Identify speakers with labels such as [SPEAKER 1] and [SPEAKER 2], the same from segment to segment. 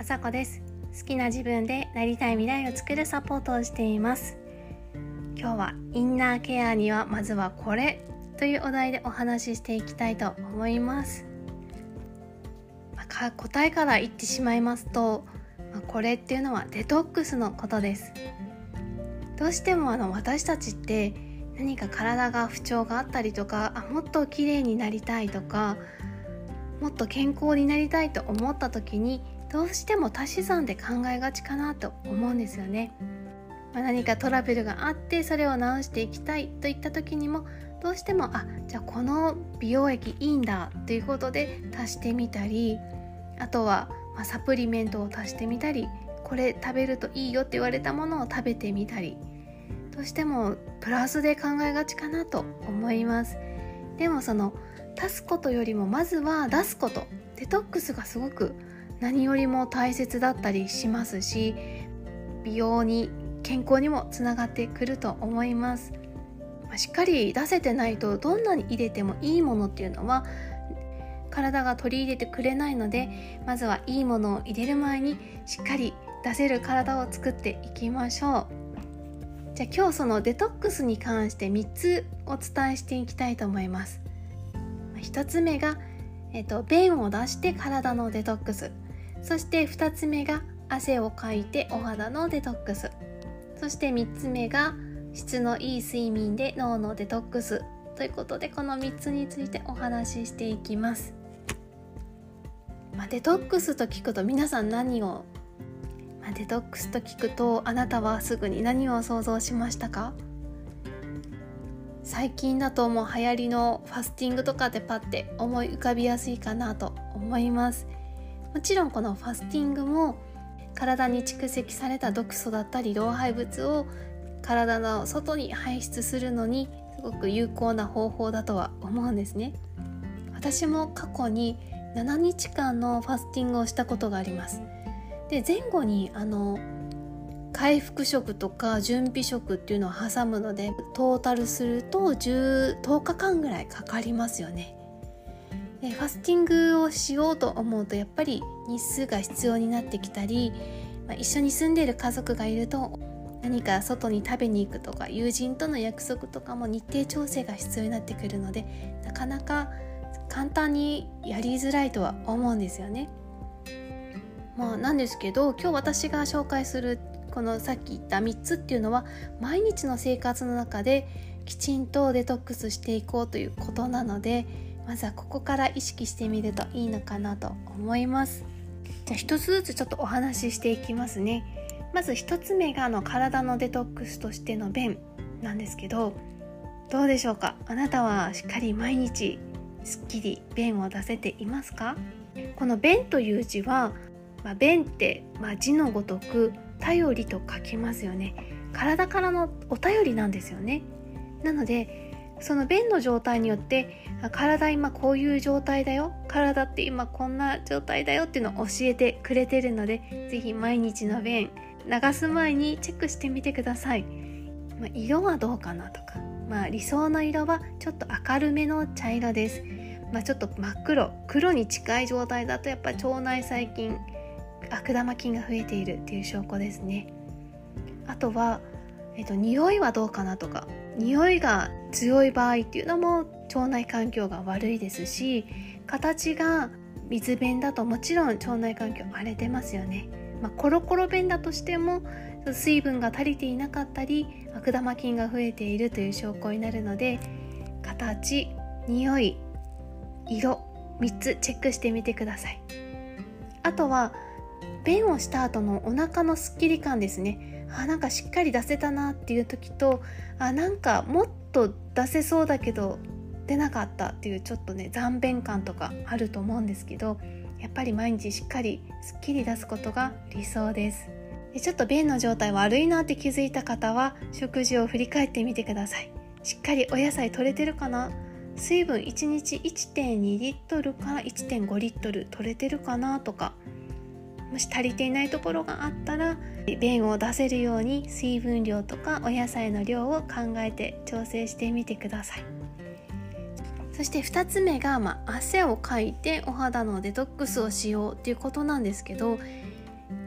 [SPEAKER 1] あさこです。好きな自分でなりたい未来を作るサポートをしています。今日はインナーケアにはまずはこれというお題でお話ししていきたいと思います。答えから言ってしまいますと、これっていうのはデトックスのことです。どうしても私たちって何か体が不調があったりとか、もっと綺麗になりたいとか、もっと健康になりたいと思った時にどうしても足し算で考えがちかなと思うんですよね。何かトラブルがあってそれを直していきたいといった時にもどうしてもじゃあこの美容液いいんだということで足してみたり、あとはサプリメントを足してみたり、これ食べるといいよって言われたものを食べてみたり、どうしてもプラスで考えがちかなと思います。でも足すことよりもまずは出すこと、デトックスがすごく何よりも大切だったりしますし、美容に健康にもつながってくると思います。しっかり出せてないとどんなに入れてもいいものっていうのは体が取り入れてくれないので、まずはいいものを入れる前にしっかり出せる体を作っていきましょう。じゃあ今日そのデトックスに関して3つお伝えしていきたいと思います。1つ目が、便を出して体のデトックス、そして2つ目が汗をかいてお肌のデトックス、そして3つ目が質のいい睡眠で脳のデトックスということで、この3つについてお話ししていきます。デトックスと聞くと皆さん何を、デトックスと聞くとあなたはすぐに何を想像しましたか？最近だともう流行りのファスティングとかでパッて思い浮かびやすいかなと思います。もちろんこのファスティングも体に蓄積された毒素だったり老廃物を体の外に排出するのにすごく有効な方法だとは思うんですね。私も過去に7日間のファスティングをしたことがあります。で、前後に回復食とか準備食っていうのを挟むのでトータルすると10日間ぐらいかかりますよね。で、ファスティングをしようと思うとやっぱり日数が必要になってきたり、一緒に住んでいる家族がいると何か外に食べに行くとか友人との約束とかも日程調整が必要になってくるので、なかなか簡単にやりづらいとは思うんですよね。なんですけど、今日私が紹介するこのさっき言った3つっていうのは毎日の生活の中できちんとデトックスしていこうということなので、まずはここから意識してみるといいのかなと思います。じゃあ一つずつちょっとお話ししていきますね。まず一つ目が体のデトックスとしての便なんですけど、どうでしょうか？あなたはしっかり毎日すっきり便を出せていますか？この便という字は、便って、字のごとく頼りと書きますよね。体からのお便りなんですよね。なのでその便の状態によって体今こういう状態だよ、体って今こんな状態だよっていうのを教えてくれてるので、ぜひ毎日の便流す前にチェックしてみてください。色はどうかなとか、理想の色はちょっと明るめの茶色です。ちょっと真っ黒に近い状態だとやっぱ腸内細菌、悪玉菌が増えているっていう証拠ですね。あとは、匂いはどうかなとか、匂いが強い場合っていうのも腸内環境が悪いですし、形が水便だともちろん腸内環境荒れてますよね。コロコロ便だとしても水分が足りていなかったり悪玉菌が増えているという証拠になるので、形、匂い、色3つチェックしてみてください。あとは便をした後のお腹のすっきり感ですね。なんかしっかり出せたなっていう時と、なんかもっと出せそうだけど出なかったっていうちょっと残便感とかあると思うんですけど、やっぱり毎日しっかりすっきり出すことが理想です。で、ちょっと便の状態悪いなって気づいた方は食事を振り返ってみてください。しっかりお野菜取れてるかな、水分1日 1.2 リットルから 1.5 リットル取れてるかなとか、もし足りていないところがあったら便を出せるように水分量とかお野菜の量を考えて調整してみてください。そして2つ目が、汗をかいてお肌のデトックスをしようということなんですけど、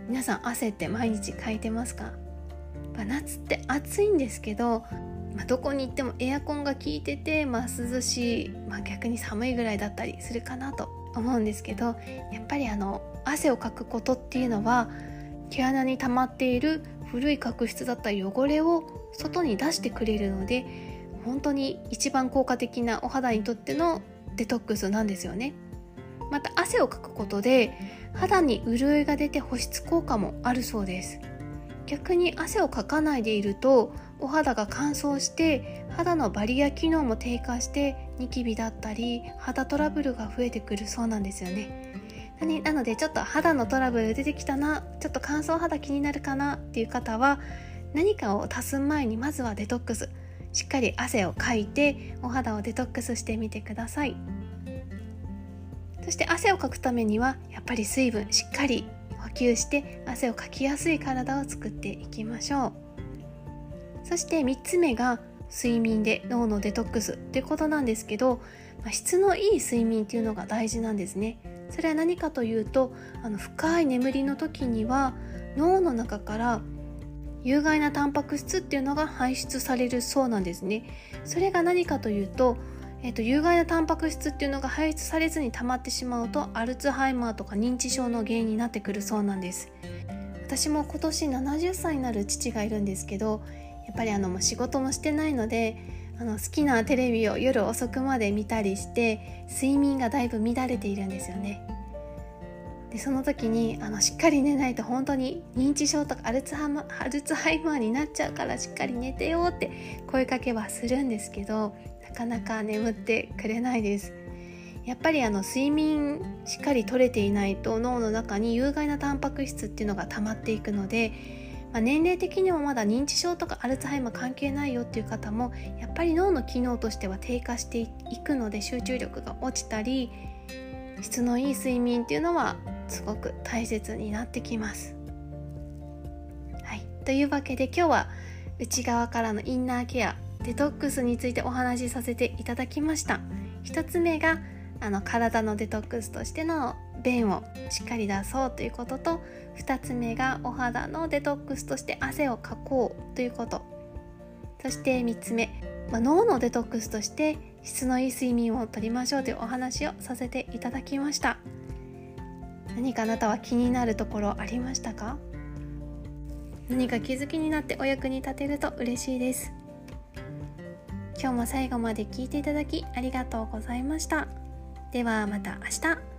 [SPEAKER 1] 皆さん汗って毎日かいてますか？夏って暑いんですけど、どこに行ってもエアコンが効いてて、涼しい、逆に寒いぐらいだったりするかなと思うんですけど、やっぱり汗をかくことっていうのは毛穴に溜まっている古い角質だった汚れを外に出してくれるので、本当に一番効果的なお肌にとってのデトックスなんですよね。また汗をかくことで肌に潤いが出て保湿効果もあるそうです。逆に汗をかかないでいるとお肌が乾燥して肌のバリア機能も低下してニキビだったり肌トラブルが増えてくるそうなんですよね。なのでちょっと肌のトラブル出てきたな、ちょっと乾燥肌気になるかなっていう方は、何かを足す前にまずはデトックス、しっかり汗をかいてお肌をデトックスしてみてください。そして汗をかくためにはやっぱり水分しっかり補給して汗をかきやすい体を作っていきましょう。そして3つ目が睡眠で脳のデトックスっていうことなんですけど、質のいい睡眠っていうのが大事なんですね。それは何かというと、深い眠りの時には脳の中から有害なタンパク質っていうのが排出されるそうなんですね。それが何かというと、有害なタンパク質っていうのが排出されずに溜まってしまうとアルツハイマーとか認知症の原因になってくるそうなんです。私も今年70歳になる父がいるんですけど、やっぱりもう仕事もしてないので好きなテレビを夜遅くまで見たりして睡眠がだいぶ乱れているんですよね。でその時にしっかり寝ないと本当に認知症とかアルツハイマーになっちゃうからしっかり寝てよって声かけはするんですけど、なかなか眠ってくれないです。やっぱり睡眠しっかり取れていないと脳の中に有害なタンパク質っていうのが溜まっていくので、年齢的にもまだ認知症とかアルツハイマー関係ないよっていう方もやっぱり脳の機能としては低下していくので、集中力が落ちたり質のいい睡眠っていうのはすごく大切になってきます。はい、というわけで今日は内側からのインナーケアデトックスについてお話しさせていただきました。一つ目が体のデトックスとしての便をしっかり出そうということと、2つ目がお肌のデトックスとして汗をかこうということ、そして3つ目、脳のデトックスとして質のいい睡眠をとりましょうというお話をさせていただきました。何かあなたは気になるところありましたか？何か気づきになってお役に立てると嬉しいです。今日も最後まで聞いていただきありがとうございました。ではまた明日。